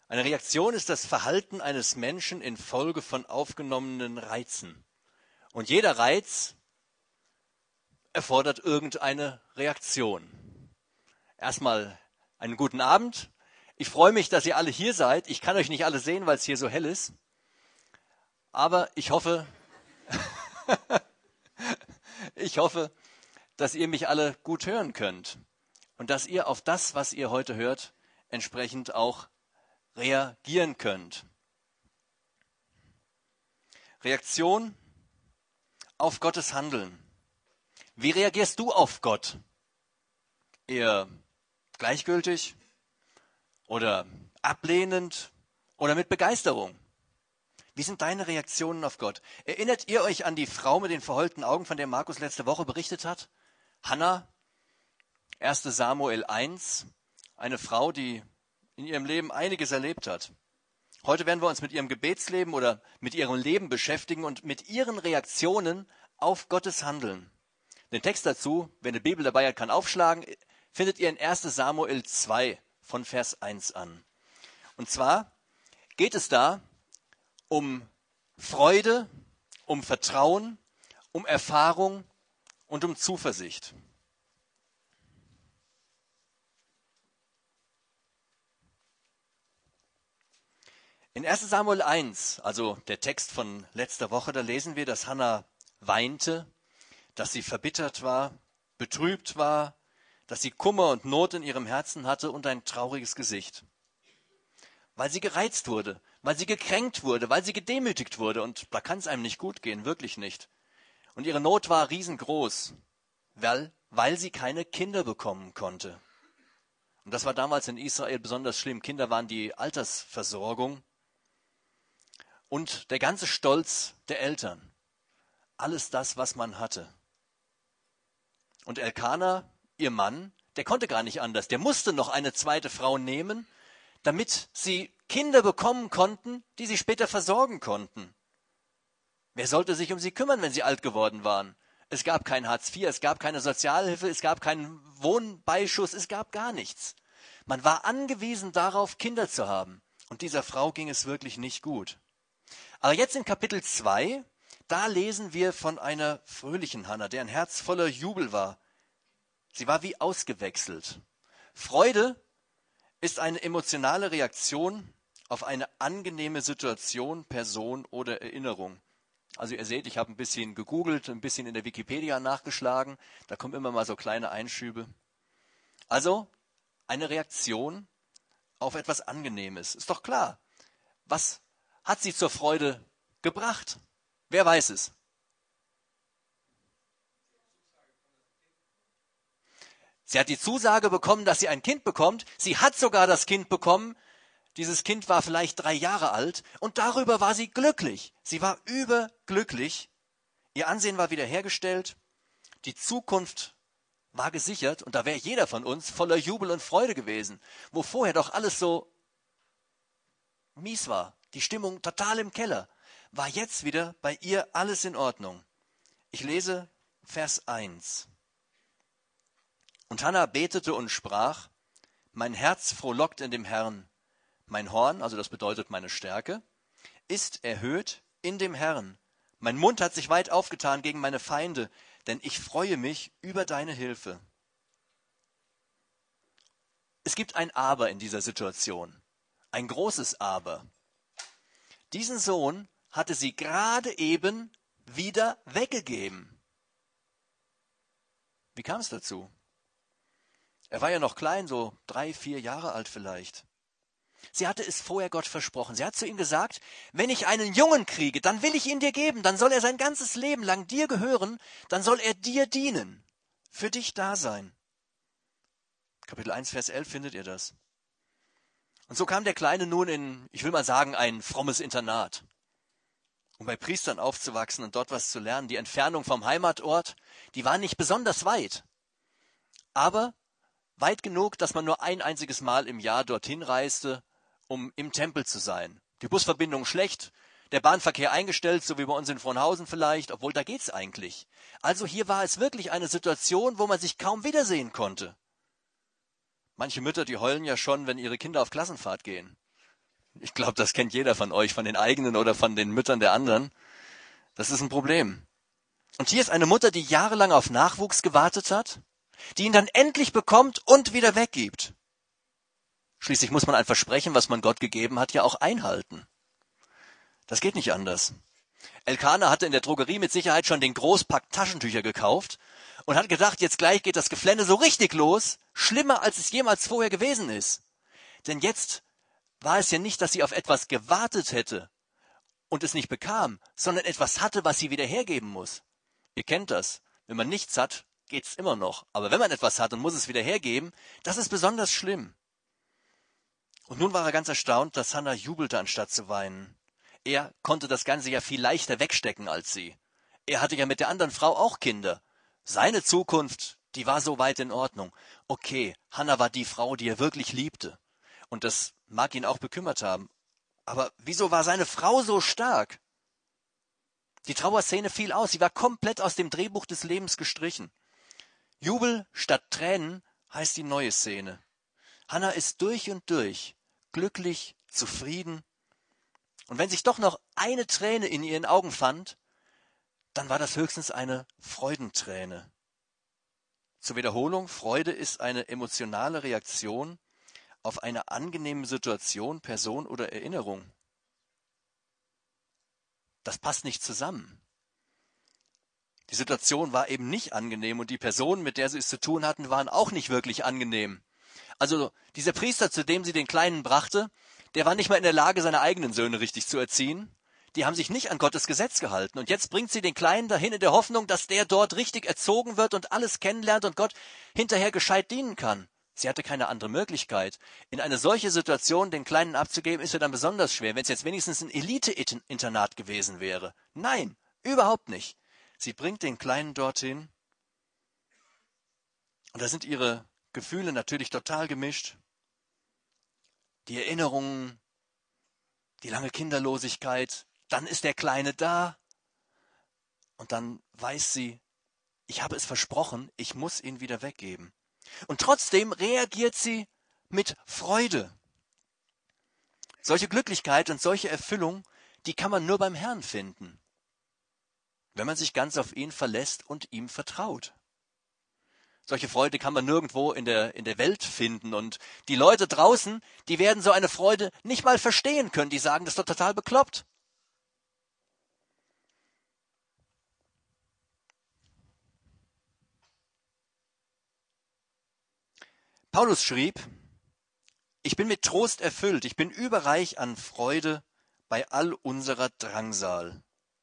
Eine Reaktion ist das Verhalten eines Menschen infolge von aufgenommenen Reizen. Und jeder Reiz erfordert irgendeine Reaktion. Erstmal einen guten Abend. Ich freue mich, dass ihr alle hier seid. Ich kann euch nicht alle sehen, weil es hier so hell ist. Aber ich hoffe, dass ihr mich alle gut hören könnt. Und dass ihr auf das, was ihr heute hört, entsprechend auch reagieren könnt. Reaktion auf Gottes Handeln. Wie reagierst du auf Gott? Eher gleichgültig oder ablehnend oder mit Begeisterung? Wie sind deine Reaktionen auf Gott? Erinnert ihr euch an die Frau mit den verheulten Augen, von der Markus letzte Woche berichtet hat? Hannah, 1. Samuel 1, eine Frau, die in ihrem Leben einiges erlebt hat. Heute werden wir uns mit ihrem Gebetsleben oder mit ihrem Leben beschäftigen und mit ihren Reaktionen auf Gottes Handeln. Den Text dazu, wer eine Bibel dabei hat, kann aufschlagen, findet ihr in 1. Samuel 2 von Vers 1 an. Und zwar geht es da um Freude, um Vertrauen, um Erfahrung und um Zuversicht. In 1. Samuel 1, also der Text von letzter Woche, da lesen wir, dass Hannah weinte, dass sie verbittert war, betrübt war, dass sie Kummer und Not in ihrem Herzen hatte und ein trauriges Gesicht. Weil sie gereizt wurde, weil sie gekränkt wurde, weil sie gedemütigt wurde. Und da kann es einem nicht gut gehen, wirklich nicht. Und ihre Not war riesengroß, weil sie keine Kinder bekommen konnte. Und das war damals in Israel besonders schlimm. Kinder waren die Altersversorgung und der ganze Stolz der Eltern. Alles das, was man hatte. Und Elkana, ihr Mann, der konnte gar nicht anders. Der musste noch eine zweite Frau nehmen, damit sie Kinder bekommen konnten, die sie später versorgen konnten. Wer sollte sich um sie kümmern, wenn sie alt geworden waren? Es gab kein Hartz IV, es gab keine Sozialhilfe, es gab keinen Wohnbeischuss, es gab gar nichts. Man war angewiesen darauf, Kinder zu haben. Und dieser Frau ging es wirklich nicht gut. Aber jetzt in Kapitel 2, da lesen wir von einer fröhlichen Hannah, deren Herz voller Jubel war. Sie war wie ausgewechselt. Freude ist eine emotionale Reaktion auf eine angenehme Situation, Person oder Erinnerung. Also ihr seht, ich habe ein bisschen gegoogelt, ein bisschen in der Wikipedia nachgeschlagen. Da kommen immer mal so kleine Einschübe. Also eine Reaktion auf etwas Angenehmes. Ist doch klar. Was hat sie zur Freude gebracht? Wer weiß es? Sie hat die Zusage bekommen, dass sie ein Kind bekommt. Sie hat sogar das Kind bekommen. Dieses Kind war vielleicht 3 Jahre alt und darüber war sie glücklich. Sie war überglücklich. Ihr Ansehen war wiederhergestellt. Die Zukunft war gesichert und da wäre jeder von uns voller Jubel und Freude gewesen, wo vorher doch alles so mies war. Die Stimmung total im Keller. War jetzt wieder bei ihr alles in Ordnung. Ich lese Vers 1. Und Hannah betete und sprach, mein Herz frohlockt in dem Herrn. Mein Horn, also das bedeutet meine Stärke, ist erhöht in dem Herrn. Mein Mund hat sich weit aufgetan gegen meine Feinde, denn ich freue mich über deine Hilfe. Es gibt ein Aber in dieser Situation, ein großes Aber. Diesen Sohn hatte sie gerade eben wieder weggegeben. Wie kam es dazu? Er war ja noch klein, so 3, 4 Jahre alt vielleicht. Sie hatte es vorher Gott versprochen. Sie hat zu ihm gesagt, wenn ich einen Jungen kriege, dann will ich ihn dir geben. Dann soll er sein ganzes Leben lang dir gehören. Dann soll er dir dienen. Für dich da sein. Kapitel 1, Vers 11 findet ihr das. Und so kam der Kleine nun in, ich will mal sagen, ein frommes Internat. Um bei Priestern aufzuwachsen und dort was zu lernen. Die Entfernung vom Heimatort, die war nicht besonders weit. Aber weit genug, dass man nur ein einziges Mal im Jahr dorthin reiste, um im Tempel zu sein. Die Busverbindung schlecht, der Bahnverkehr eingestellt, so wie bei uns in Frohnhausen vielleicht, obwohl da geht's eigentlich. Also hier war es wirklich eine Situation, wo man sich kaum wiedersehen konnte. Manche Mütter, die heulen ja schon, wenn ihre Kinder auf Klassenfahrt gehen. Ich glaube, das kennt jeder von euch, von den eigenen oder von den Müttern der anderen. Das ist ein Problem. Und hier ist eine Mutter, die jahrelang auf Nachwuchs gewartet hat, die ihn dann endlich bekommt und wieder weggibt. Schließlich muss man ein Versprechen, was man Gott gegeben hat, ja auch einhalten. Das geht nicht anders. Elkanah hatte in der Drogerie mit Sicherheit schon den Großpack Taschentücher gekauft und hat gedacht, jetzt gleich geht das Geflenne so richtig los, schlimmer als es jemals vorher gewesen ist. Denn jetzt war es ja nicht, dass sie auf etwas gewartet hätte und es nicht bekam, sondern etwas hatte, was sie wieder hergeben muss. Ihr kennt das. Wenn man nichts hat, geht's immer noch. Aber wenn man etwas hat und muss es wieder hergeben, das ist besonders schlimm. Und nun war er ganz erstaunt, dass Hannah jubelte, anstatt zu weinen. Er konnte das Ganze ja viel leichter wegstecken als sie. Er hatte ja mit der anderen Frau auch Kinder. Seine Zukunft, die war so weit in Ordnung. Okay, Hannah war die Frau, die er wirklich liebte. Und das mag ihn auch bekümmert haben. Aber wieso war seine Frau so stark? Die Trauerszene fiel aus. Sie war komplett aus dem Drehbuch des Lebens gestrichen. Jubel statt Tränen heißt die neue Szene. Hannah ist durch und durch glücklich, zufrieden. Und wenn sich doch noch eine Träne in ihren Augen fand, dann war das höchstens eine Freudenträne. Zur Wiederholung, Freude ist eine emotionale Reaktion auf eine angenehme Situation, Person oder Erinnerung. Das passt nicht zusammen. Die Situation war eben nicht angenehm und die Personen, mit der sie es zu tun hatten, waren auch nicht wirklich angenehm. Also dieser Priester, zu dem sie den Kleinen brachte, der war nicht mal in der Lage, seine eigenen Söhne richtig zu erziehen. Die haben sich nicht an Gottes Gesetz gehalten. Und jetzt bringt sie den Kleinen dahin in der Hoffnung, dass der dort richtig erzogen wird und alles kennenlernt und Gott hinterher gescheit dienen kann. Sie hatte keine andere Möglichkeit. In eine solche Situation den Kleinen abzugeben, ist ja dann besonders schwer, wenn es jetzt wenigstens ein Elite-Internat gewesen wäre. Nein, überhaupt nicht. Sie bringt den Kleinen dorthin und da sind ihre Gefühle natürlich total gemischt. Die Erinnerungen, die lange Kinderlosigkeit, dann ist der Kleine da und dann weiß sie, ich habe es versprochen, ich muss ihn wieder weggeben. Und trotzdem reagiert sie mit Freude. Solche Glücklichkeit und solche Erfüllung, die kann man nur beim Herrn finden, wenn man sich ganz auf ihn verlässt und ihm vertraut. Solche Freude kann man nirgendwo in der Welt finden. Und die Leute draußen, die werden so eine Freude nicht mal verstehen können. Die sagen, das ist doch total bekloppt. Paulus schrieb, ich bin mit Trost erfüllt, ich bin überreich an Freude bei all unserer Drangsal.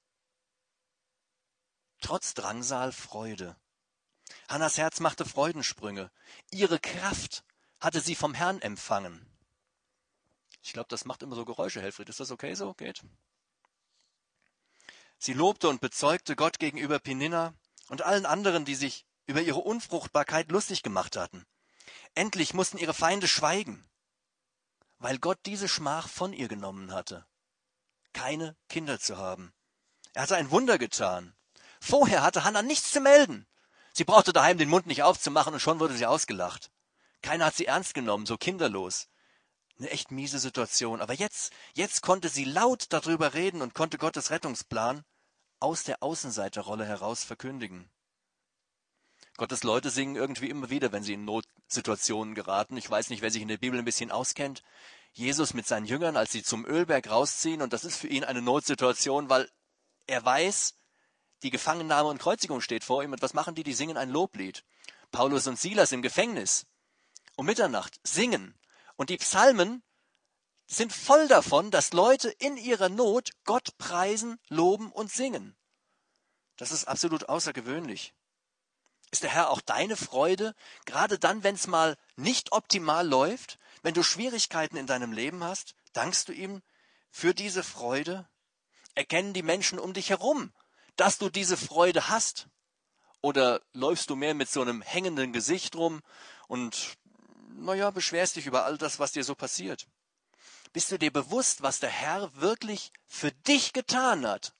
Trotz Drangsal Freude. Hannas Herz machte Freudensprünge. Ihre Kraft hatte sie vom Herrn empfangen. Ich glaube, das macht immer so Geräusche, Helfried. Ist das okay so? Geht. Sie lobte und bezeugte Gott gegenüber Peninna und allen anderen, die sich über ihre Unfruchtbarkeit lustig gemacht hatten. Endlich mussten ihre Feinde schweigen, weil Gott diese Schmach von ihr genommen hatte, keine Kinder zu haben. Er hatte ein Wunder getan. Vorher hatte Hannah nichts zu melden. Sie brauchte daheim den Mund nicht aufzumachen und schon wurde sie ausgelacht. Keiner hat sie ernst genommen, so kinderlos. Eine echt miese Situation. Aber jetzt konnte sie laut darüber reden und konnte Gottes Rettungsplan aus der Außenseiterrolle heraus verkündigen. Gottes Leute singen irgendwie immer wieder, wenn sie in Notsituationen geraten. Ich weiß nicht, wer sich in der Bibel ein bisschen auskennt. Jesus mit seinen Jüngern, als sie zum Ölberg rausziehen, und das ist für ihn eine Notsituation, weil er weiß, die Gefangennahme und Kreuzigung steht vor ihm. Und was machen die? Die singen ein Loblied. Paulus und Silas im Gefängnis um Mitternacht singen. Und die Psalmen sind voll davon, dass Leute in ihrer Not Gott preisen, loben und singen. Das ist absolut außergewöhnlich. Ist der Herr auch deine Freude, gerade dann, wenn es mal nicht optimal läuft, wenn du Schwierigkeiten in deinem Leben hast? Dankst du ihm für diese Freude? Erkennen die Menschen um dich herum, dass du diese Freude hast? Oder läufst du mehr mit so einem hängenden Gesicht rum und, beschwerst dich über all das, was dir so passiert? Bist du dir bewusst, was der Herr wirklich für dich getan hat?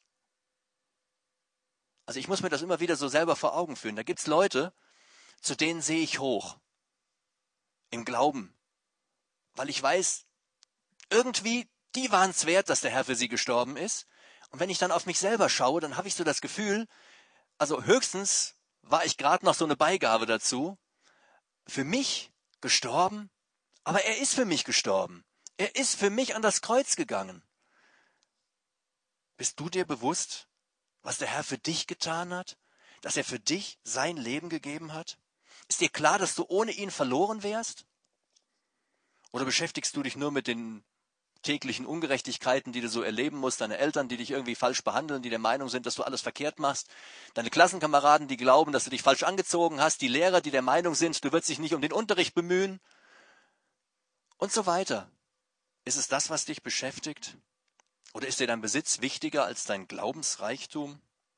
Also ich muss mir das immer wieder so selber vor Augen führen. Da gibt's Leute, zu denen sehe ich hoch. Im Glauben. Weil ich weiß, irgendwie, Die waren es wert, dass der Herr für sie gestorben ist. Und wenn ich dann auf mich selber schaue, dann habe ich so das Gefühl, also höchstens war ich gerade noch so eine Beigabe dazu, für mich gestorben, aber er ist für mich gestorben. Er ist für mich an das Kreuz gegangen. Bist du dir bewusst, was der Herr für dich getan hat? Dass er für dich sein Leben gegeben hat? Ist dir klar, dass du ohne ihn verloren wärst? Oder beschäftigst du dich nur mit den täglichen Ungerechtigkeiten, die du so erleben musst, deine Eltern, die dich irgendwie falsch behandeln, die der Meinung sind, dass du alles verkehrt machst, deine Klassenkameraden, die glauben, dass du dich falsch angezogen hast, die Lehrer, die der Meinung sind, du wirst dich nicht um den Unterricht bemühen und so weiter. Ist es das, was dich beschäftigt? Oder ist dir dein Besitz wichtiger als dein Glaubensreichtum?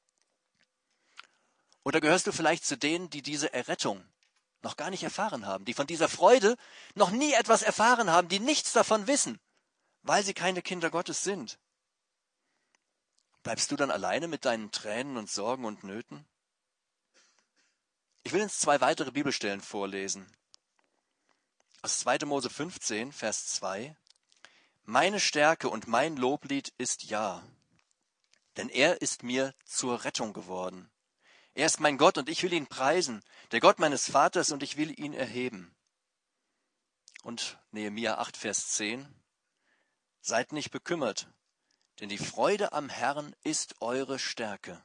Oder gehörst du vielleicht zu denen, die diese Errettung noch gar nicht erfahren haben, die von dieser Freude noch nie etwas erfahren haben, die nichts davon wissen, weil sie keine Kinder Gottes sind? Bleibst du dann alleine mit deinen Tränen und Sorgen und Nöten? Ich will uns 2 weitere Bibelstellen vorlesen. Aus 2. Mose 15, Vers 2. Meine Stärke und mein Loblied ist Ja, denn er ist mir zur Rettung geworden. Er ist mein Gott und ich will ihn preisen, der Gott meines Vaters und ich will ihn erheben. Und Nehemia 8, Vers 10. Seid nicht bekümmert, denn die Freude am Herrn ist eure Stärke.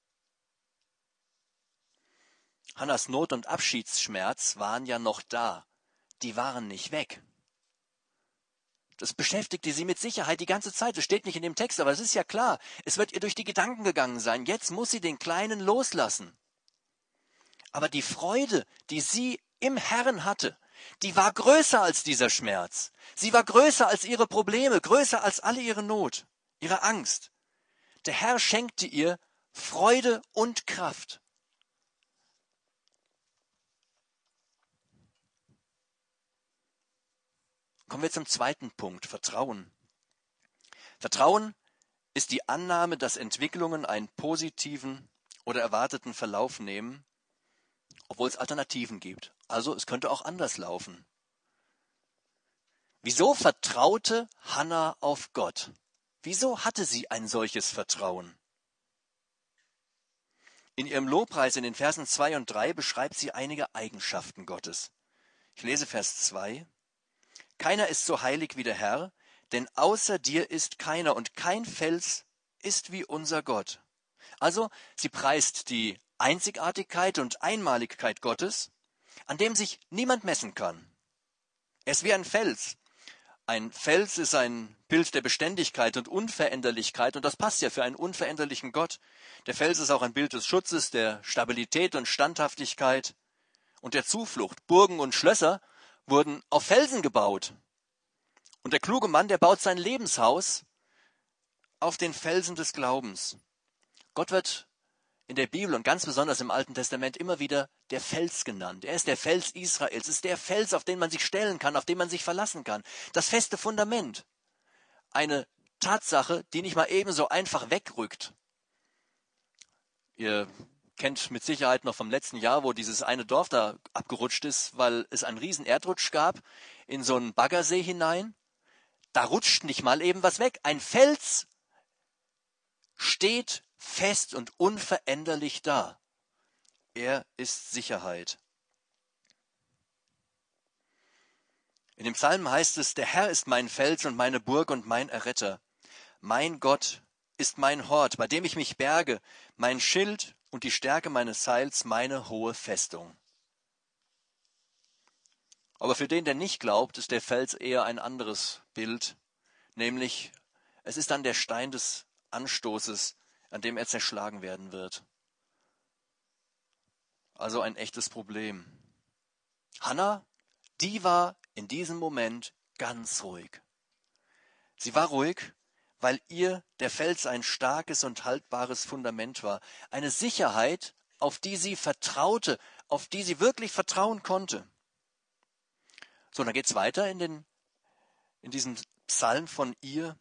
Hannas Not und Abschiedsschmerz waren ja noch da. Die waren nicht weg. Das beschäftigte sie mit Sicherheit die ganze Zeit. Das steht nicht in dem Text, aber es ist ja klar. Es wird ihr durch die Gedanken gegangen sein. Jetzt muss sie den Kleinen loslassen. Aber die Freude, die sie im Herrn hatte, die war größer als dieser Schmerz. Sie war größer als ihre Probleme, größer als alle ihre Not, ihre Angst. Der Herr schenkte ihr Freude und Kraft. Kommen wir zum zweiten Punkt, Vertrauen. Vertrauen ist die Annahme, dass Entwicklungen einen positiven oder erwarteten Verlauf nehmen, obwohl es Alternativen gibt. Also es könnte auch anders laufen. Wieso vertraute Hannah auf Gott? Wieso hatte sie ein solches Vertrauen? In ihrem Lobpreis in den Versen 2 und 3 beschreibt sie einige Eigenschaften Gottes. Ich lese Vers 2. Keiner ist so heilig wie der Herr, denn außer dir ist keiner und kein Fels ist wie unser Gott. Also, sie preist die Einzigartigkeit und Einmaligkeit Gottes, an dem sich niemand messen kann. Er ist wie ein Fels. Ein Fels ist ein Bild der Beständigkeit und Unveränderlichkeit und das passt ja für einen unveränderlichen Gott. Der Fels ist auch ein Bild des Schutzes, der Stabilität und Standhaftigkeit und der Zuflucht. Burgen und Schlösser wurden auf Felsen gebaut. Und der kluge Mann, der baut sein Lebenshaus auf den Felsen des Glaubens. Gott wird in der Bibel und ganz besonders im Alten Testament immer wieder der Fels genannt. Er ist der Fels Israels, ist der Fels, auf den man sich stellen kann, auf den man sich verlassen kann. Das feste Fundament. Eine Tatsache, die nicht mal ebenso einfach wegrückt. Ihr kennt mit Sicherheit noch vom letzten Jahr, wo dieses eine Dorf da abgerutscht ist, weil es einen riesen Erdrutsch gab in so einen Baggersee hinein. Da rutscht nicht mal eben was weg. Ein Fels steht fest und unveränderlich da. Er ist Sicherheit. In dem Psalm heißt es, der Herr ist mein Fels und meine Burg und mein Erretter. Mein Gott ist mein Hort, bei dem ich mich berge, mein Schild und die Stärke meines Heils, meine hohe Festung. Aber für den, der nicht glaubt, ist der Fels eher ein anderes Bild, nämlich es ist dann der Stein des Anstoßes, an dem er zerschlagen werden wird. Also ein echtes Problem. Hannah, die war in diesem Moment ganz ruhig. Sie war ruhig, weil ihr der Fels ein starkes und haltbares Fundament war. Eine Sicherheit, auf die sie vertraute, auf die sie wirklich vertrauen konnte. So, dann geht's weiter in diesem Psalm von ihr.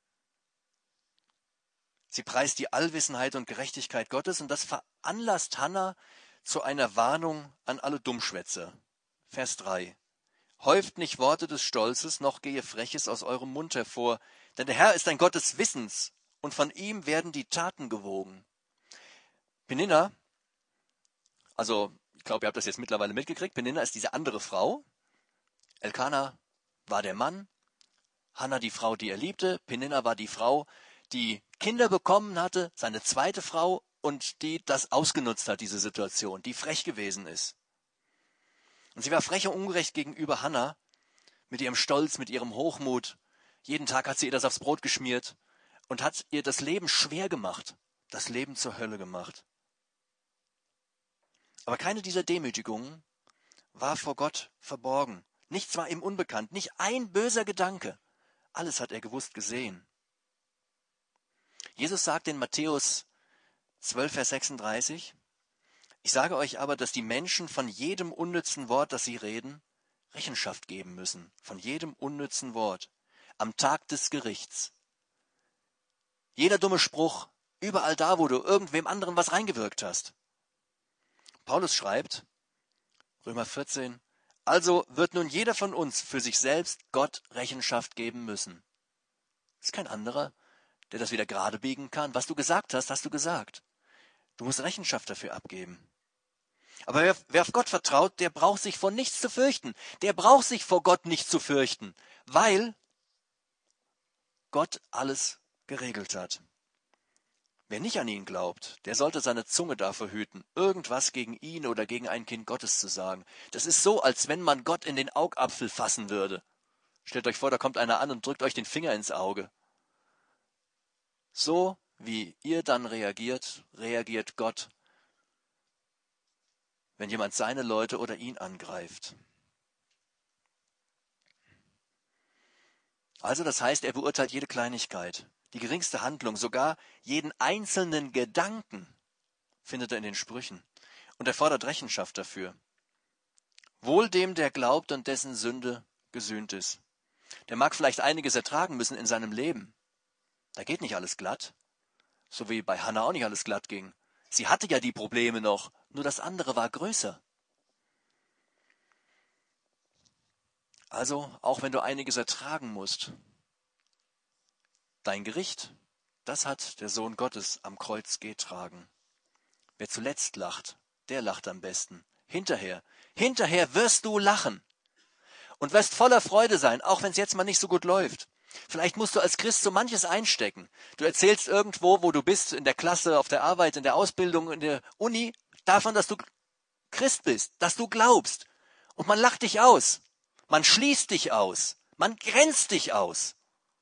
Sie preist die Allwissenheit und Gerechtigkeit Gottes und das veranlasst Hannah zu einer Warnung an alle Dummschwätzer. Vers 3. Häuft nicht Worte des Stolzes, noch gehe Freches aus eurem Mund hervor. Denn der Herr ist ein Gott des Wissens, und von ihm werden die Taten gewogen. Peninna, also ich glaube, ihr habt das jetzt mittlerweile mitgekriegt, Peninna ist diese andere Frau. Elkana war der Mann, Hannah die Frau, die er liebte. Peninna war die Frau, die Kinder bekommen hatte, seine zweite Frau, und die das ausgenutzt hat, diese Situation, die frech gewesen ist. Und sie war frech und ungerecht gegenüber Hannah, mit ihrem Stolz, mit ihrem Hochmut. Jeden Tag hat sie ihr das aufs Brot geschmiert und hat ihr das Leben schwer gemacht, das Leben zur Hölle gemacht. Aber keine dieser Demütigungen war vor Gott verborgen. Nichts war ihm unbekannt, nicht ein böser Gedanke. Alles hat er gewusst, gesehen. Jesus sagt in Matthäus 12, Vers 36, ich sage euch aber, dass die Menschen von jedem unnützen Wort, das sie reden, Rechenschaft geben müssen. Von jedem unnützen Wort. Am Tag des Gerichts. Jeder dumme Spruch, überall da, wo du irgendwem anderen was reingewirkt hast. Paulus schreibt, Römer 14, also wird nun jeder von uns für sich selbst Gott Rechenschaft geben müssen. Es ist kein anderer, der das wieder gerade biegen kann. Was du gesagt hast, hast du gesagt. Du musst Rechenschaft dafür abgeben. Aber wer auf Gott vertraut, der braucht sich vor nichts zu fürchten. Der braucht sich vor Gott nicht zu fürchten, weil Gott alles geregelt hat. Wer nicht an ihn glaubt, der sollte seine Zunge davor hüten, irgendwas gegen ihn oder gegen ein Kind Gottes zu sagen. Das ist so, als wenn man Gott in den Augapfel fassen würde. Stellt euch vor, da kommt einer an und drückt euch den Finger ins Auge. So wie ihr dann reagiert, reagiert Gott, wenn jemand seine Leute oder ihn angreift. Also das heißt, er beurteilt jede Kleinigkeit, die geringste Handlung, sogar jeden einzelnen Gedanken findet er in den Sprüchen. Und er fordert Rechenschaft dafür. Wohl dem, der glaubt und dessen Sünde gesühnt ist. Der mag vielleicht einiges ertragen müssen in seinem Leben. Da geht nicht alles glatt. So wie bei Hannah auch nicht alles glatt ging. Sie hatte ja die Probleme noch, nur das andere war größer. Also, auch wenn du einiges ertragen musst, dein Gericht, das hat der Sohn Gottes am Kreuz getragen. Wer zuletzt lacht, der lacht am besten. Hinterher wirst du lachen und wirst voller Freude sein, auch wenn es jetzt mal nicht so gut läuft. Vielleicht musst du als Christ so manches einstecken. Du erzählst irgendwo, wo du bist, in der Klasse, auf der Arbeit, in der Ausbildung, in der Uni, davon, dass du Christ bist, dass du glaubst. Und man lacht dich aus. Man schließt dich aus. Man grenzt dich aus.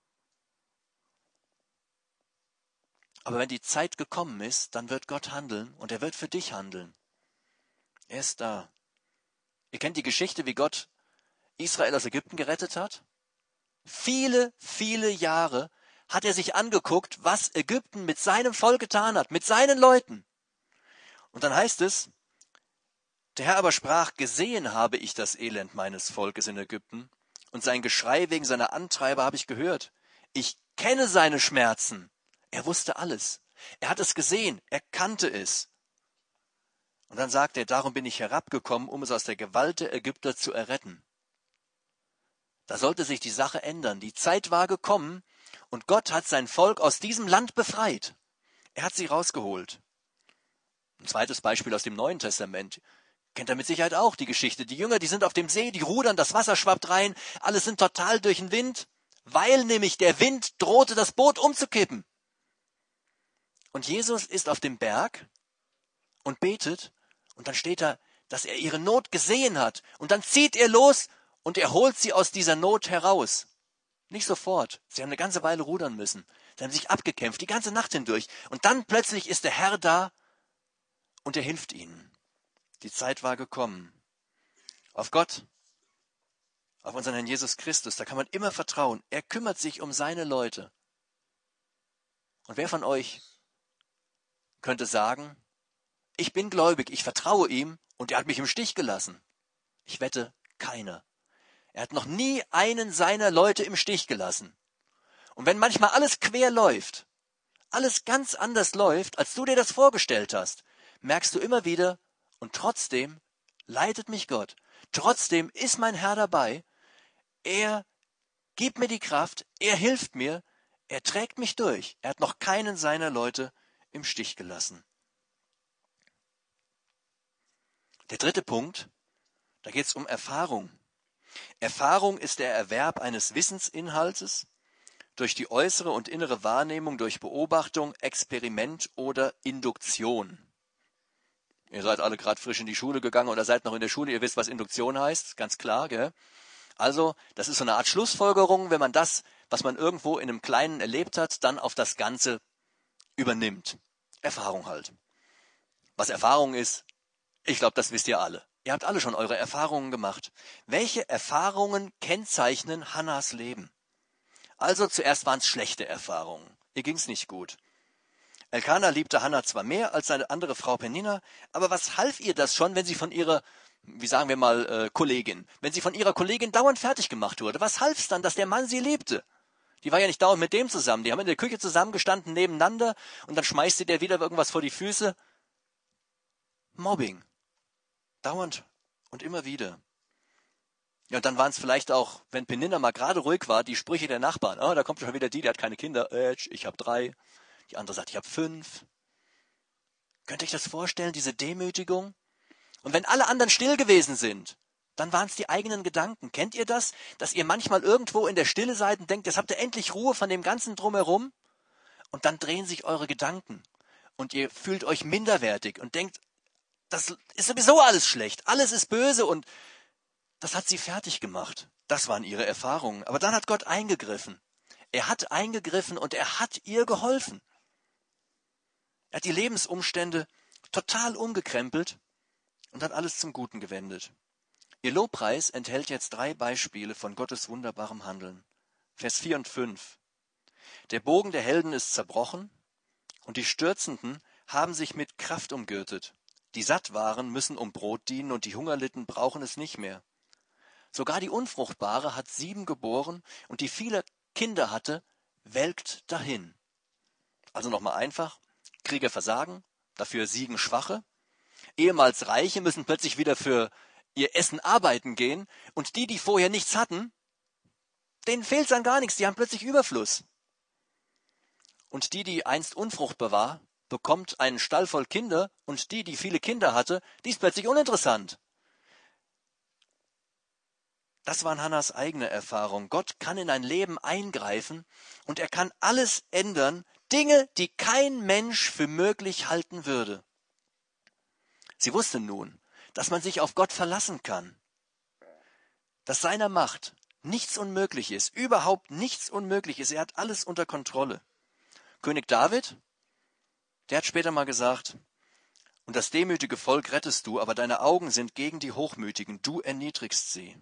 Aber wenn die Zeit gekommen ist, dann wird Gott handeln und er wird für dich handeln. Er ist da. Ihr kennt die Geschichte, wie Gott Israel aus Ägypten gerettet hat? Viele, viele Jahre hat er sich angeguckt, was Ägypten mit seinem Volk getan hat, mit seinen Leuten. Und dann heißt es, der Herr aber sprach, gesehen habe ich das Elend meines Volkes in Ägypten und sein Geschrei wegen seiner Antreiber habe ich gehört. Ich kenne seine Schmerzen. Er wusste alles. Er hat es gesehen. Er kannte es. Und dann sagt er, darum bin ich herabgekommen, um es aus der Gewalt der Ägypter zu erretten. Da sollte sich die Sache ändern. Die Zeit war gekommen und Gott hat sein Volk aus diesem Land befreit. Er hat sie rausgeholt. Ein zweites Beispiel aus dem Neuen Testament. Kennt ihr mit Sicherheit auch die Geschichte. Die Jünger, die sind auf dem See, die rudern, das Wasser schwappt rein, alle sind total durch den Wind, weil nämlich der Wind drohte, das Boot umzukippen. Und Jesus ist auf dem Berg und betet und dann steht da, dass er ihre Not gesehen hat. Und dann zieht er los und er holt sie aus dieser Not heraus. Nicht sofort. Sie haben eine ganze Weile rudern müssen. Sie haben sich abgekämpft, die ganze Nacht hindurch. Und dann plötzlich ist der Herr da und er hilft ihnen. Die Zeit war gekommen. Auf Gott, auf unseren Herrn Jesus Christus, da kann man immer vertrauen. Er kümmert sich um seine Leute. Und wer von euch könnte sagen, ich bin gläubig, ich vertraue ihm und er hat mich im Stich gelassen? Ich wette, keiner. Er hat noch nie einen seiner Leute im Stich gelassen. Und wenn manchmal alles quer läuft, alles ganz anders läuft, als du dir das vorgestellt hast, merkst du immer wieder, und trotzdem leitet mich Gott. Trotzdem ist mein Herr dabei Er gibt mir die Kraft, er hilft mir, er trägt mich durch. Er hat noch keinen seiner Leute im Stich gelassen. Der dritte Punkt, da geht es um Erfahrung. Erfahrung ist der Erwerb eines Wissensinhaltes durch die äußere und innere Wahrnehmung, durch Beobachtung, Experiment oder Induktion. Ihr seid alle gerade frisch in die Schule gegangen oder seid noch in der Schule, ihr wisst, was Induktion heißt, ganz klar, gell? Also, das ist so eine Art Schlussfolgerung, wenn man das, was man irgendwo in einem Kleinen erlebt hat, dann auf das Ganze übernimmt. Erfahrung halt. Was Erfahrung ist, ich glaube, das wisst ihr alle. Ihr habt alle schon eure Erfahrungen gemacht. Welche Erfahrungen kennzeichnen Hannas Leben? Also zuerst waren es schlechte Erfahrungen. Ihr ging's nicht gut. Elkana liebte Hanna zwar mehr als seine andere Frau Penina, aber was half ihr das schon, wenn sie von ihrer, wie sagen wir mal, Kollegin, wenn sie von ihrer Kollegin dauernd fertig gemacht wurde? Was half's dann, dass der Mann sie liebte? Die war ja nicht dauernd mit dem zusammen. Die haben in der Küche zusammengestanden nebeneinander und dann schmeißt sie der wieder irgendwas vor die Füße. Mobbing. Dauernd und immer wieder. Ja, und dann waren es vielleicht auch, wenn Penina mal gerade ruhig war, die Sprüche der Nachbarn. Oh, da kommt schon wieder die hat keine Kinder. Ich habe 3. Die andere sagt, ich habe 5. Könnt ihr euch das vorstellen, diese Demütigung? Und wenn alle anderen still gewesen sind, dann waren es die eigenen Gedanken. Kennt ihr das? Dass ihr manchmal irgendwo in der Stille seid und denkt, jetzt habt ihr endlich Ruhe von dem ganzen Drumherum? Und dann drehen sich eure Gedanken. Und ihr fühlt euch minderwertig und denkt, das ist sowieso alles schlecht. Alles ist böse und das hat sie fertig gemacht. Das waren ihre Erfahrungen. Aber dann hat Gott eingegriffen. Er hat eingegriffen und er hat ihr geholfen. Er hat die Lebensumstände total umgekrempelt und hat alles zum Guten gewendet. Ihr Lobpreis enthält jetzt 3 Beispiele von Gottes wunderbarem Handeln. Vers 4 und 5. Der Bogen der Helden ist zerbrochen und die Stürzenden haben sich mit Kraft umgürtet. Die satt waren, müssen um Brot dienen und die Hungerlitten brauchen es nicht mehr. Sogar die Unfruchtbare hat 7 geboren und die viele Kinder hatte, welkt dahin. Also nochmal einfach, Krieger versagen, dafür siegen Schwache. Ehemals Reiche müssen plötzlich wieder für ihr Essen arbeiten gehen und die vorher nichts hatten, denen fehlt's an gar nichts, die haben plötzlich Überfluss. Und die einst unfruchtbar war, bekommt einen Stall voll Kinder und die viele Kinder hatte, die ist plötzlich uninteressant. Das waren Hannas eigene Erfahrung. Gott kann in ein Leben eingreifen und er kann alles ändern, Dinge, die kein Mensch für möglich halten würde. Sie wusste nun, dass man sich auf Gott verlassen kann, dass seiner Macht nichts unmöglich ist, überhaupt nichts unmöglich ist. Er hat alles unter Kontrolle. König David, der hat später mal gesagt, und das demütige Volk rettest du, aber deine Augen sind gegen die Hochmütigen, du erniedrigst sie.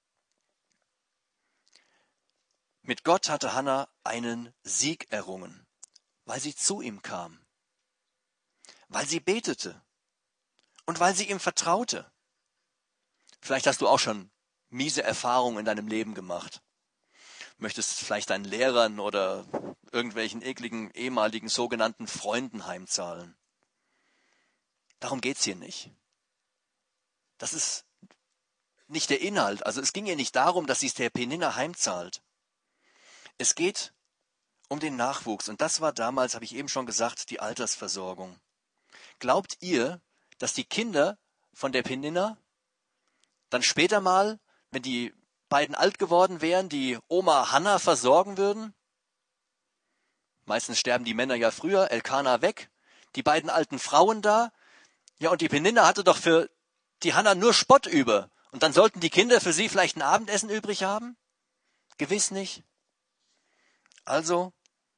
Mit Gott hatte Hanna einen Sieg errungen, weil sie zu ihm kam, weil sie betete und weil sie ihm vertraute. Vielleicht hast du auch schon miese Erfahrungen in deinem Leben gemacht. Möchtest vielleicht deinen Lehrern oder irgendwelchen ekligen ehemaligen sogenannten Freunden heimzahlen. Darum geht's hier nicht. Das ist nicht der Inhalt. Also es ging ihr nicht darum, dass sie es der Penina heimzahlt. Es geht um den Nachwuchs. Und das war damals, habe ich eben schon gesagt, die Altersversorgung. Glaubt ihr, dass die Kinder von der Penina dann später mal, wenn die beiden alt geworden wären, die Oma Hanna versorgen würden? Meistens sterben die Männer ja früher, Elkana weg, die beiden alten Frauen da. Ja, und die Penina hatte doch für die Hanna nur Spott über. Und dann sollten die Kinder für sie vielleicht ein Abendessen übrig haben? Gewiss nicht. Also,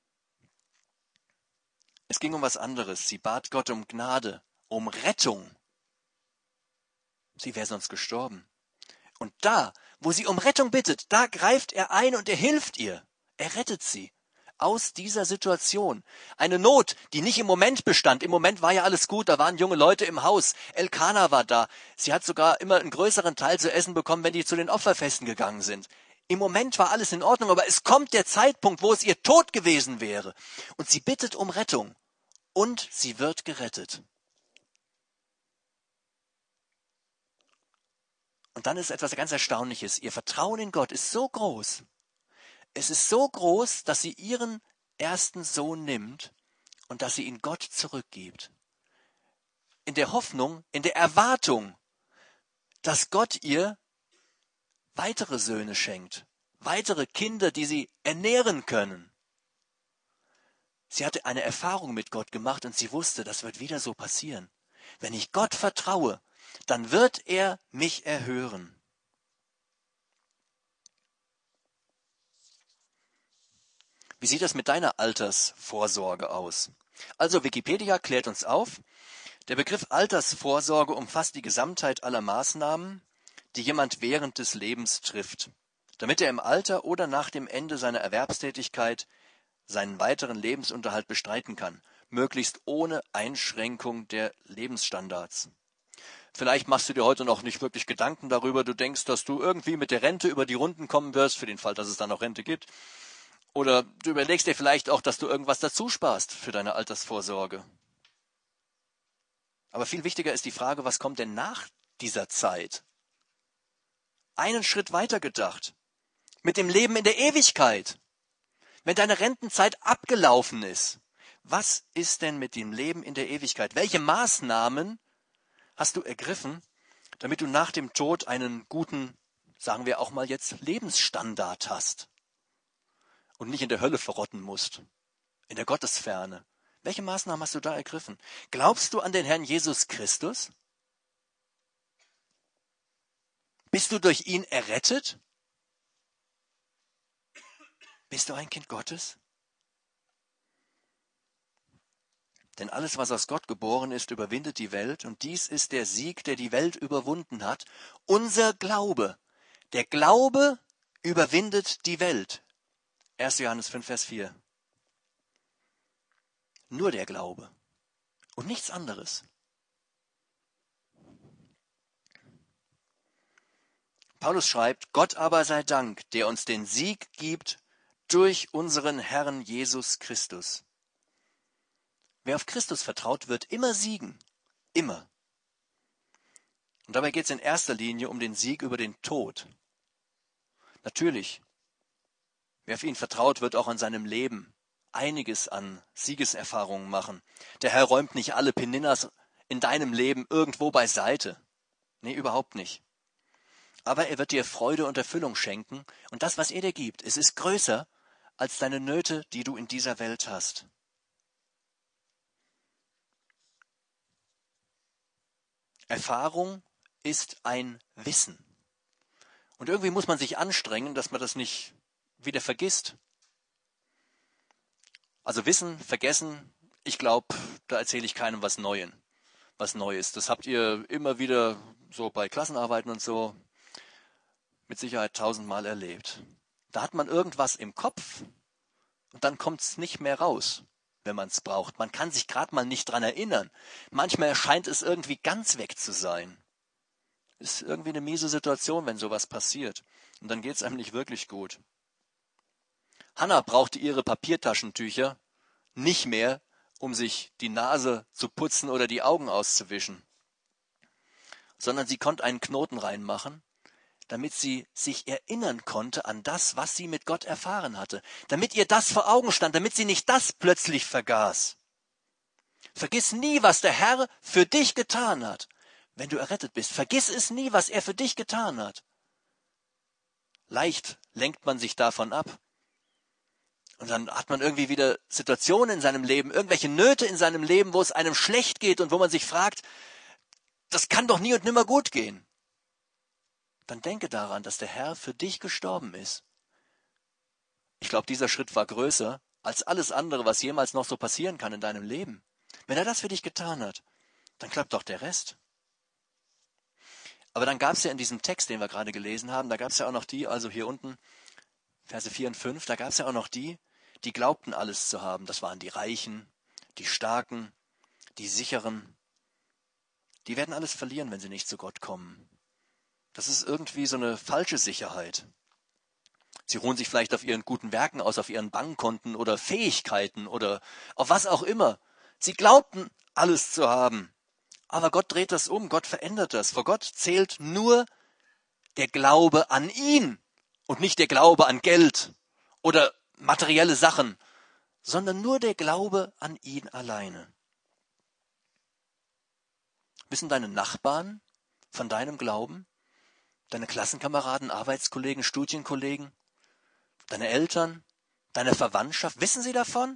es ging um was anderes. Sie bat Gott um Gnade, um Rettung. Sie wäre sonst gestorben. Und da, wo sie um Rettung bittet, da greift er ein und er hilft ihr. Er rettet sie aus dieser Situation. Eine Not, die nicht im Moment bestand. Im Moment war ja alles gut, da waren junge Leute im Haus. Elkana war da. Sie hat sogar immer einen größeren Teil zu essen bekommen, wenn die zu den Opferfesten gegangen sind. Im Moment war alles in Ordnung, aber es kommt der Zeitpunkt, wo es ihr Tod gewesen wäre. Und sie bittet um Rettung. Und sie wird gerettet. Und dann ist etwas ganz Erstaunliches. Ihr Vertrauen in Gott ist so groß. Es ist so groß, dass sie ihren ersten Sohn nimmt und dass sie ihn Gott zurückgibt. In der Hoffnung, in der Erwartung, dass Gott ihr weitere Söhne schenkt, weitere Kinder, die sie ernähren können. Sie hatte eine Erfahrung mit Gott gemacht und sie wusste, das wird wieder so passieren. Wenn ich Gott vertraue, dann wird er mich erhören. Wie sieht das mit deiner Altersvorsorge aus? Also Wikipedia klärt uns auf, der Begriff Altersvorsorge umfasst die Gesamtheit aller Maßnahmen, die jemand während des Lebens trifft, damit er im Alter oder nach dem Ende seiner Erwerbstätigkeit seinen weiteren Lebensunterhalt bestreiten kann, möglichst ohne Einschränkung der Lebensstandards. Vielleicht machst du dir heute noch nicht wirklich Gedanken darüber, du denkst, dass du irgendwie mit der Rente über die Runden kommen wirst, für den Fall, dass es dann noch Rente gibt. Oder du überlegst dir vielleicht auch, dass du irgendwas dazu sparst für deine Altersvorsorge. Aber viel wichtiger ist die Frage, was kommt denn nach dieser Zeit? Einen Schritt weiter gedacht. Mit dem Leben in der Ewigkeit. Wenn deine Rentenzeit abgelaufen ist, was ist denn mit dem Leben in der Ewigkeit? Welche Maßnahmen hast du ergriffen, damit du nach dem Tod einen guten, sagen wir auch mal jetzt, Lebensstandard hast und nicht in der Hölle verrotten musst, in der Gottesferne? Welche Maßnahmen hast du da ergriffen? Glaubst du an den Herrn Jesus Christus? Bist du durch ihn errettet? Bist du ein Kind Gottes? Denn alles, was aus Gott geboren ist, überwindet die Welt, und dies ist der Sieg, der die Welt überwunden hat. Unser Glaube. Der Glaube überwindet die Welt. 1. Johannes 5, Vers 4. Nur der Glaube und nichts anderes. Paulus schreibt, Gott aber sei Dank, der uns den Sieg gibt durch unseren Herrn Jesus Christus. Wer auf Christus vertraut, wird immer siegen. Immer. Und dabei geht es in erster Linie um den Sieg über den Tod. Natürlich, wer auf ihn vertraut, wird auch in seinem Leben einiges an Siegeserfahrungen machen. Der Herr räumt nicht alle Peninnas in deinem Leben irgendwo beiseite. Nee, überhaupt nicht. Aber er wird dir Freude und Erfüllung schenken. Und das, was er dir gibt, es ist größer als deine Nöte, die du in dieser Welt hast. Erfahrung ist ein Wissen. Und irgendwie muss man sich anstrengen, dass man das nicht wieder vergisst. Also Wissen, vergessen, ich glaube, da erzähle ich keinem was Neues. Das habt ihr immer wieder so bei Klassenarbeiten und so mit Sicherheit 1000-mal erlebt. Da hat man irgendwas im Kopf und dann kommt es nicht mehr raus, wenn man es braucht. Man kann sich gerade mal nicht dran erinnern. Manchmal scheint es irgendwie ganz weg zu sein. Ist irgendwie eine miese Situation, wenn sowas passiert. Und dann geht es einem nicht wirklich gut. Hannah brauchte ihre Papiertaschentücher nicht mehr, um sich die Nase zu putzen oder die Augen auszuwischen, sondern sie konnte einen Knoten reinmachen, damit sie sich erinnern konnte an das, was sie mit Gott erfahren hatte, damit ihr das vor Augen stand, damit sie nicht das plötzlich vergaß. Vergiss nie, was der Herr für dich getan hat, wenn du errettet bist. Vergiss es nie, was er für dich getan hat. Leicht lenkt man sich davon ab. Und dann hat man irgendwie wieder Situationen in seinem Leben, irgendwelche Nöte in seinem Leben, wo es einem schlecht geht und wo man sich fragt, das kann doch nie und nimmer gut gehen. Dann denke daran, dass der Herr für dich gestorben ist. Ich glaube, dieser Schritt war größer als alles andere, was jemals noch so passieren kann in deinem Leben. Wenn er das für dich getan hat, dann klappt doch der Rest. Aber dann gab es ja in diesem Text, den wir gerade gelesen haben, da gab es ja auch noch die, also hier unten, Verse 4 und 5, da gab es ja auch noch die glaubten alles zu haben. Das waren die Reichen, die Starken, die Sicheren. Die werden alles verlieren, wenn sie nicht zu Gott kommen. Das ist irgendwie so eine falsche Sicherheit. Sie ruhen sich vielleicht auf ihren guten Werken aus, auf ihren Bankkonten oder Fähigkeiten oder auf was auch immer. Sie glaubten, alles zu haben. Aber Gott dreht das um, Gott verändert das. Vor Gott zählt nur der Glaube an ihn und nicht der Glaube an Geld oder materielle Sachen, sondern nur der Glaube an ihn alleine. Wissen deine Nachbarn von deinem Glauben? Deine Klassenkameraden, Arbeitskollegen, Studienkollegen, deine Eltern, deine Verwandtschaft, wissen sie davon?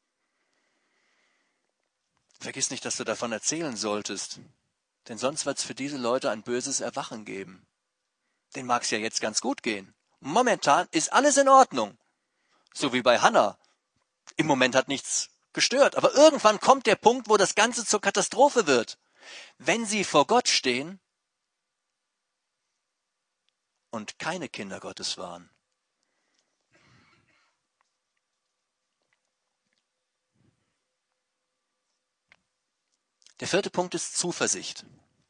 Vergiss nicht, dass du davon erzählen solltest, denn sonst wird es für diese Leute ein böses Erwachen geben. Denen mag es ja jetzt ganz gut gehen. Momentan ist alles in Ordnung, so wie bei Hannah. Im Moment hat nichts gestört, aber irgendwann kommt der Punkt, wo das Ganze zur Katastrophe wird. Wenn sie vor Gott stehen und keine Kinder Gottes waren. Der vierte Punkt ist Zuversicht.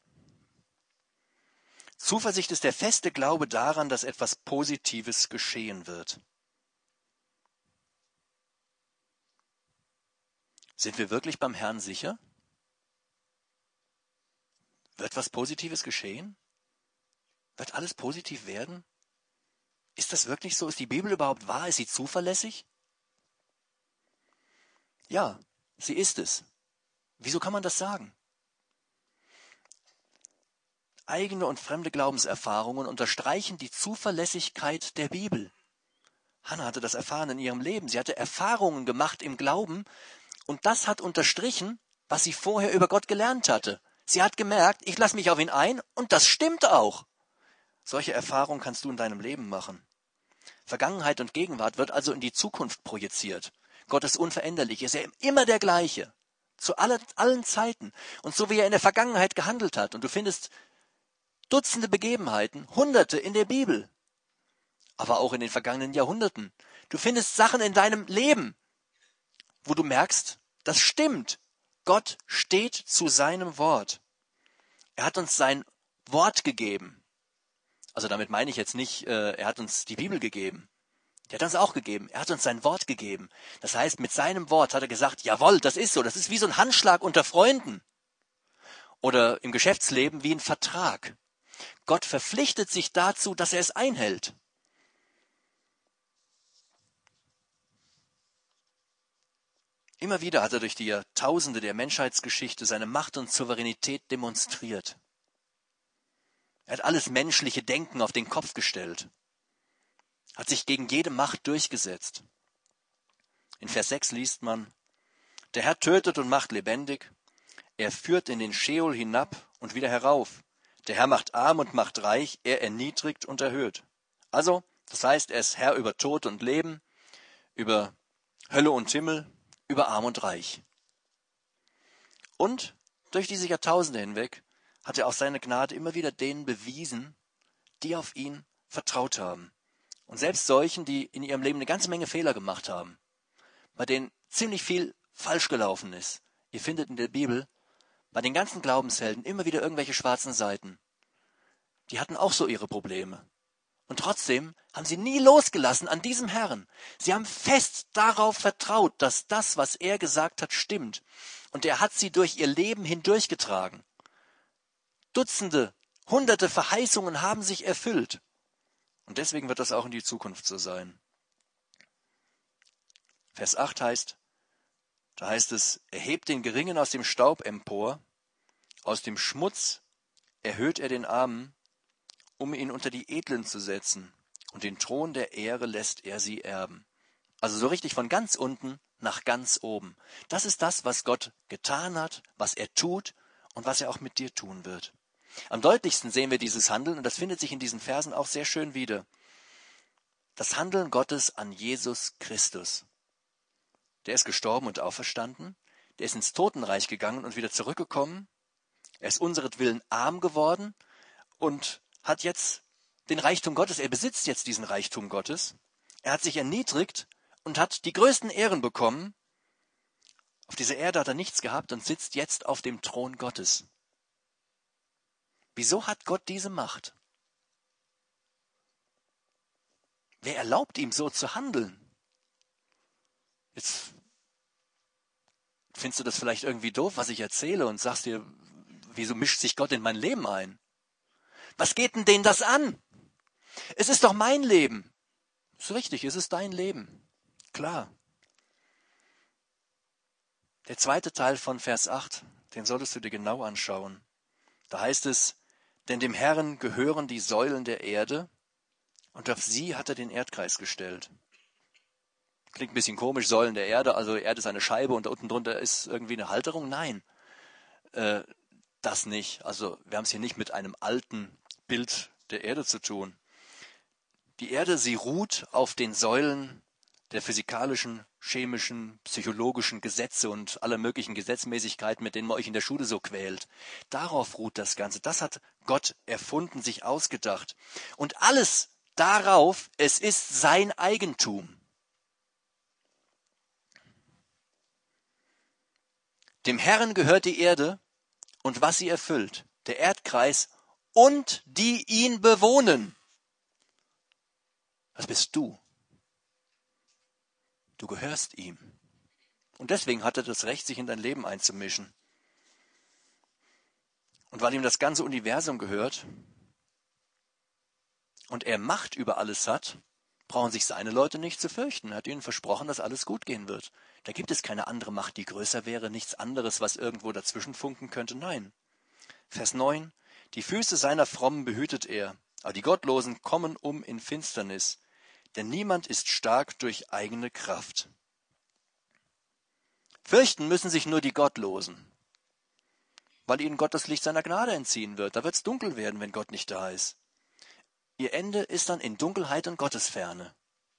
Zuversicht ist der feste Glaube daran, dass etwas Positives geschehen wird. Sind wir wirklich beim Herrn sicher? Wird was Positives geschehen? Wird alles positiv werden? Ist das wirklich so? Ist die Bibel überhaupt wahr? Ist sie zuverlässig? Ja, sie ist es. Wieso kann man das sagen? Eigene und fremde Glaubenserfahrungen unterstreichen die Zuverlässigkeit der Bibel. Hannah hatte das erfahren in ihrem Leben. Sie hatte Erfahrungen gemacht im Glauben und das hat unterstrichen, was sie vorher über Gott gelernt hatte. Sie hat gemerkt, ich lasse mich auf ihn ein und das stimmt auch. Solche Erfahrungen kannst du in deinem Leben machen. Vergangenheit und Gegenwart wird also in die Zukunft projiziert. Gott ist unveränderlich, ist er immer der gleiche. Zu allen Zeiten. Und so wie er in der Vergangenheit gehandelt hat. Und du findest Dutzende Begebenheiten, Hunderte in der Bibel. Aber auch in den vergangenen Jahrhunderten. Du findest Sachen in deinem Leben, wo du merkst, das stimmt. Gott steht zu seinem Wort. Er hat uns sein Wort gegeben. Also damit meine ich jetzt nicht, er hat uns die Bibel gegeben. Die hat er uns auch gegeben. Er hat uns sein Wort gegeben. Das heißt, mit seinem Wort hat er gesagt, jawohl, das ist so. Das ist wie so ein Handschlag unter Freunden. Oder im Geschäftsleben wie ein Vertrag. Gott verpflichtet sich dazu, dass er es einhält. Immer wieder hat er durch die Jahrtausende der Menschheitsgeschichte seine Macht und Souveränität demonstriert. Er hat alles menschliche Denken auf den Kopf gestellt. Hat sich gegen jede Macht durchgesetzt. In Vers 6 liest man, der Herr tötet und macht lebendig, er führt in den Scheol hinab und wieder herauf. Der Herr macht arm und macht reich, er erniedrigt und erhöht. Also, das heißt, er ist Herr über Tod und Leben, über Hölle und Himmel, über Arm und Reich. Und durch diese Jahrtausende hinweg hat er auch seine Gnade immer wieder denen bewiesen, die auf ihn vertraut haben. Und selbst solchen, die in ihrem Leben eine ganze Menge Fehler gemacht haben, bei denen ziemlich viel falsch gelaufen ist. Ihr findet in der Bibel bei den ganzen Glaubenshelden immer wieder irgendwelche schwarzen Seiten. Die hatten auch so ihre Probleme. Und trotzdem haben sie nie losgelassen an diesem Herrn. Sie haben fest darauf vertraut, dass das, was er gesagt hat, stimmt. Und er hat sie durch ihr Leben hindurchgetragen. Dutzende, hunderte Verheißungen haben sich erfüllt. Und deswegen wird das auch in die Zukunft so sein. Vers 8 da heißt es, er hebt den Geringen aus dem Staub empor, aus dem Schmutz erhöht er den Armen, um ihn unter die Edlen zu setzen, und den Thron der Ehre lässt er sie erben. Also so richtig von ganz unten nach ganz oben. Das ist das, was Gott getan hat, was er tut und was er auch mit dir tun wird. Am deutlichsten sehen wir dieses Handeln, und das findet sich in diesen Versen auch sehr schön wieder. Das Handeln Gottes an Jesus Christus. Der ist gestorben und auferstanden, der ist ins Totenreich gegangen und wieder zurückgekommen. Er ist unseretwillen arm geworden und hat jetzt den Reichtum Gottes, er besitzt jetzt diesen Reichtum Gottes. Er hat sich erniedrigt und hat die größten Ehren bekommen. Auf dieser Erde hat er nichts gehabt und sitzt jetzt auf dem Thron Gottes. Wieso hat Gott diese Macht? Wer erlaubt ihm so zu handeln? Jetzt findest du das vielleicht irgendwie doof, was ich erzähle, und sagst dir, wieso mischt sich Gott in mein Leben ein? Was geht denn denen das an? Es ist doch mein Leben. Ist richtig, es ist dein Leben. Klar. Der zweite Teil von Vers 8, den solltest du dir genau anschauen. Da heißt es, denn dem Herrn gehören die Säulen der Erde und auf sie hat er den Erdkreis gestellt. Klingt ein bisschen komisch, Säulen der Erde, also Erde ist eine Scheibe und da unten drunter ist irgendwie eine Halterung. Nein, das nicht. Also wir haben es hier nicht mit einem alten Bild der Erde zu tun. Die Erde, sie ruht auf den Säulen der physikalischen, chemischen, psychologischen Gesetze und aller möglichen Gesetzmäßigkeiten, mit denen man euch in der Schule so quält. Darauf ruht das Ganze. Das hat Gott erfunden, sich ausgedacht. Und alles darauf, es ist sein Eigentum. Dem Herrn gehört die Erde und was sie erfüllt, der Erdkreis und die ihn bewohnen. Das bist du. Du gehörst ihm. Und deswegen hat er das Recht, sich in dein Leben einzumischen. Und weil ihm das ganze Universum gehört und er Macht über alles hat, brauchen sich seine Leute nicht zu fürchten. Er hat ihnen versprochen, dass alles gut gehen wird. Da gibt es keine andere Macht, die größer wäre, nichts anderes, was irgendwo dazwischen funken könnte. Nein. Vers 9. Die Füße seiner Frommen behütet er, aber die Gottlosen kommen um in Finsternis. Denn niemand ist stark durch eigene Kraft. Fürchten müssen sich nur die Gottlosen, weil ihnen Gott das Licht seiner Gnade entziehen wird. Da wird es dunkel werden, wenn Gott nicht da ist. Ihr Ende ist dann in Dunkelheit und Gottesferne.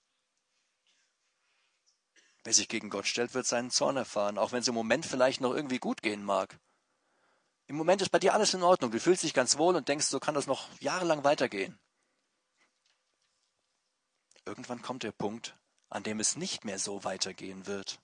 Wer sich gegen Gott stellt, wird seinen Zorn erfahren, auch wenn es im Moment vielleicht noch irgendwie gut gehen mag. Im Moment ist bei dir alles in Ordnung. Du fühlst dich ganz wohl und denkst, so kann das noch jahrelang weitergehen. Irgendwann kommt der Punkt, an dem es nicht mehr so weitergehen wird.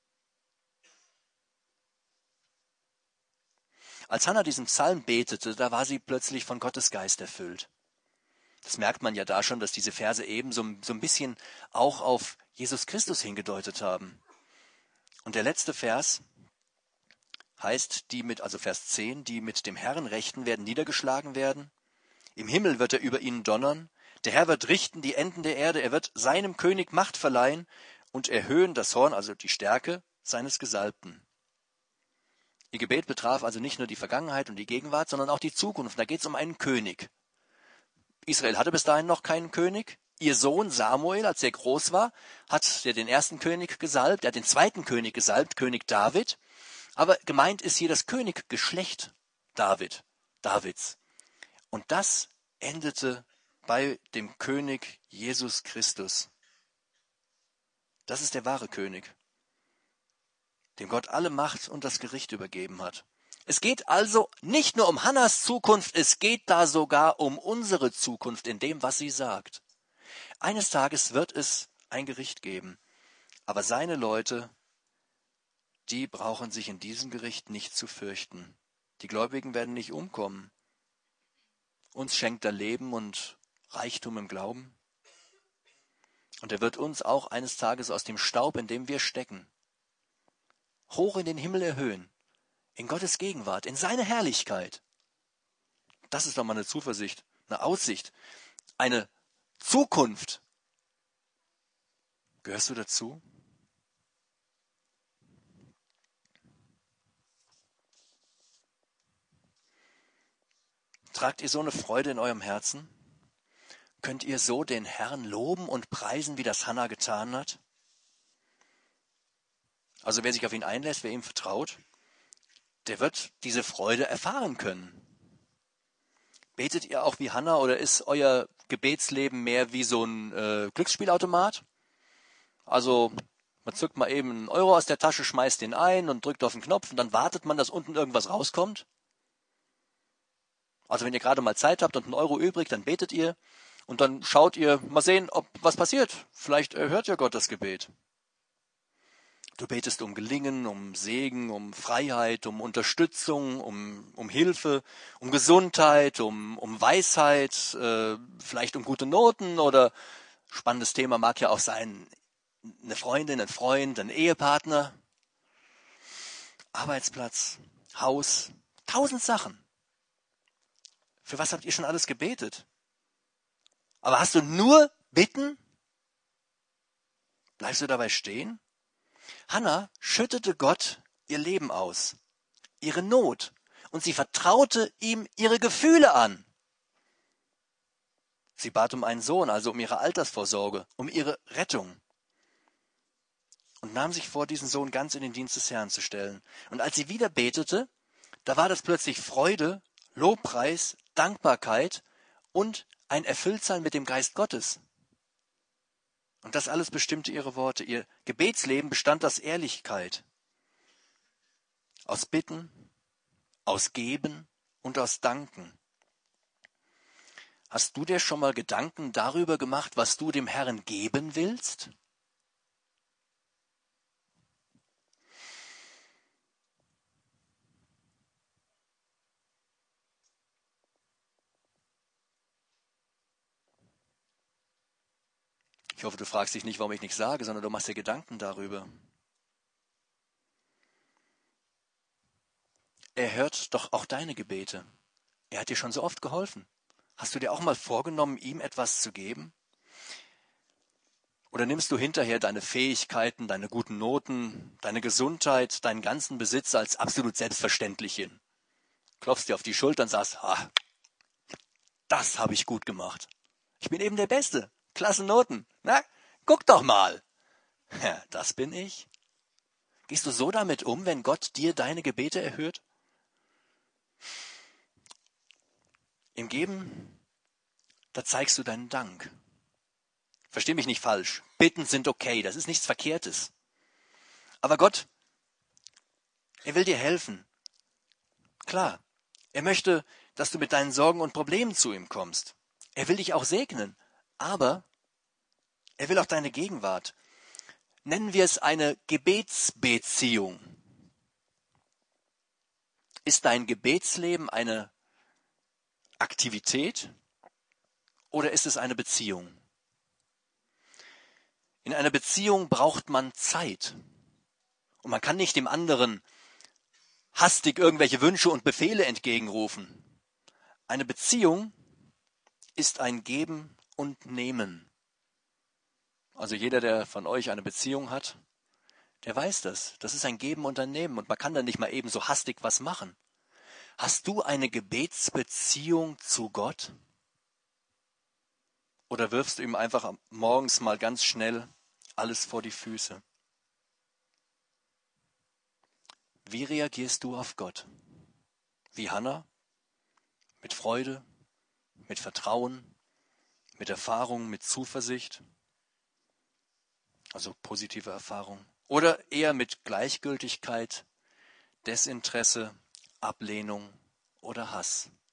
Als Hannah diesen Psalm betete, da war sie plötzlich von Gottes Geist erfüllt. Das merkt man ja da schon, dass diese Verse eben so ein bisschen auch auf Jesus Christus hingedeutet haben. Und der letzte Vers heißt, also Vers 10, die mit dem Herrn rechten, werden niedergeschlagen werden. Im Himmel wird er über ihnen donnern. Der Herr wird richten die Enden der Erde. Er wird seinem König Macht verleihen und erhöhen das Horn, also die Stärke, seines Gesalbten. Ihr Gebet betraf also nicht nur die Vergangenheit und die Gegenwart, sondern auch die Zukunft. Da geht es um einen König. Israel hatte bis dahin noch keinen König. Ihr Sohn Samuel, als er groß war, hat den ersten König gesalbt. Er hat den zweiten König gesalbt, König David. Aber gemeint ist hier das Königgeschlecht Davids. Und das endete bei dem König Jesus Christus. Das ist der wahre König, dem Gott alle Macht und das Gericht übergeben hat. Es geht also nicht nur um Hannas Zukunft, es geht da sogar um unsere Zukunft in dem, was sie sagt. Eines Tages wird es ein Gericht geben, aber seine Leute, die brauchen sich in diesem Gericht nicht zu fürchten. Die Gläubigen werden nicht umkommen. Uns schenkt er Leben und Reichtum im Glauben. Und er wird uns auch eines Tages aus dem Staub, in dem wir stecken, hoch in den Himmel erhöhen, in Gottes Gegenwart, in seine Herrlichkeit. Das ist doch mal eine Zuversicht, eine Aussicht, eine Zukunft. Gehörst du dazu? Tragt ihr so eine Freude in eurem Herzen? Könnt ihr so den Herrn loben und preisen, wie das Hannah getan hat? Also wer sich auf ihn einlässt, wer ihm vertraut, der wird diese Freude erfahren können. Betet ihr auch wie Hannah oder ist euer Gebetsleben mehr wie so ein Glücksspielautomat? Also man zückt mal eben einen Euro aus der Tasche, schmeißt den ein und drückt auf den Knopf und dann wartet man, dass unten irgendwas rauskommt. Also wenn ihr gerade mal Zeit habt und einen Euro übrig, dann betet ihr und dann schaut ihr, mal sehen, ob was passiert. Vielleicht hört ja Gott das Gebet. Du betest um Gelingen, um Segen, um Freiheit, um Unterstützung, um Hilfe, um Gesundheit, um Weisheit, vielleicht um gute Noten oder spannendes Thema mag ja auch sein, eine Freundin, ein Freund, ein Ehepartner, Arbeitsplatz, Haus, 1000 Sachen. Für was habt ihr schon alles gebetet? Aber hast du nur Bitten? Bleibst du dabei stehen? Hannah schüttete Gott ihr Leben aus, ihre Not, und sie vertraute ihm ihre Gefühle an. Sie bat um einen Sohn, also um ihre Altersvorsorge, um ihre Rettung, und nahm sich vor, diesen Sohn ganz in den Dienst des Herrn zu stellen. Und als sie wieder betete, da war das plötzlich Freude, Lobpreis, Dankbarkeit und ein Erfülltsein mit dem Geist Gottes. Und das alles bestimmte ihre Worte. Ihr Gebetsleben bestand aus Ehrlichkeit, aus Bitten, aus Geben und aus Danken. Hast du dir schon mal Gedanken darüber gemacht, was du dem Herrn geben willst? Ich hoffe, du fragst dich nicht, warum ich nichts sage, sondern du machst dir Gedanken darüber. Er hört doch auch deine Gebete. Er hat dir schon so oft geholfen. Hast du dir auch mal vorgenommen, ihm etwas zu geben? Oder nimmst du hinterher deine Fähigkeiten, deine guten Noten, deine Gesundheit, deinen ganzen Besitz als absolut selbstverständlich hin? Klopfst dir auf die Schulter und sagst, das habe ich gut gemacht. Ich bin eben der Beste. Klasse Noten. Na, guck doch mal. Ja, das bin ich. Gehst du so damit um, wenn Gott dir deine Gebete erhört? Im Geben, da zeigst du deinen Dank. Versteh mich nicht falsch. Bitten sind okay, das ist nichts Verkehrtes. Aber Gott, er will dir helfen. Klar, er möchte, dass du mit deinen Sorgen und Problemen zu ihm kommst. Er will dich auch segnen, aber er will auch deine Gegenwart. Nennen wir es eine Gebetsbeziehung. Ist dein Gebetsleben eine Aktivität oder ist es eine Beziehung? In einer Beziehung braucht man Zeit. Und man kann nicht dem anderen hastig irgendwelche Wünsche und Befehle entgegenrufen. Eine Beziehung ist ein Geben und Nehmen. Also jeder, der von euch eine Beziehung hat, der weiß das. Das ist ein Geben und ein Nehmen. Und man kann da nicht mal eben so hastig was machen. Hast du eine Gebetsbeziehung zu Gott? Oder wirfst du ihm einfach morgens mal ganz schnell alles vor die Füße? Wie reagierst du auf Gott? Wie Hannah? Mit Freude, mit Vertrauen, mit Erfahrung, mit Zuversicht? Also positive Erfahrung. Oder eher mit Gleichgültigkeit, Desinteresse, Ablehnung oder Hass?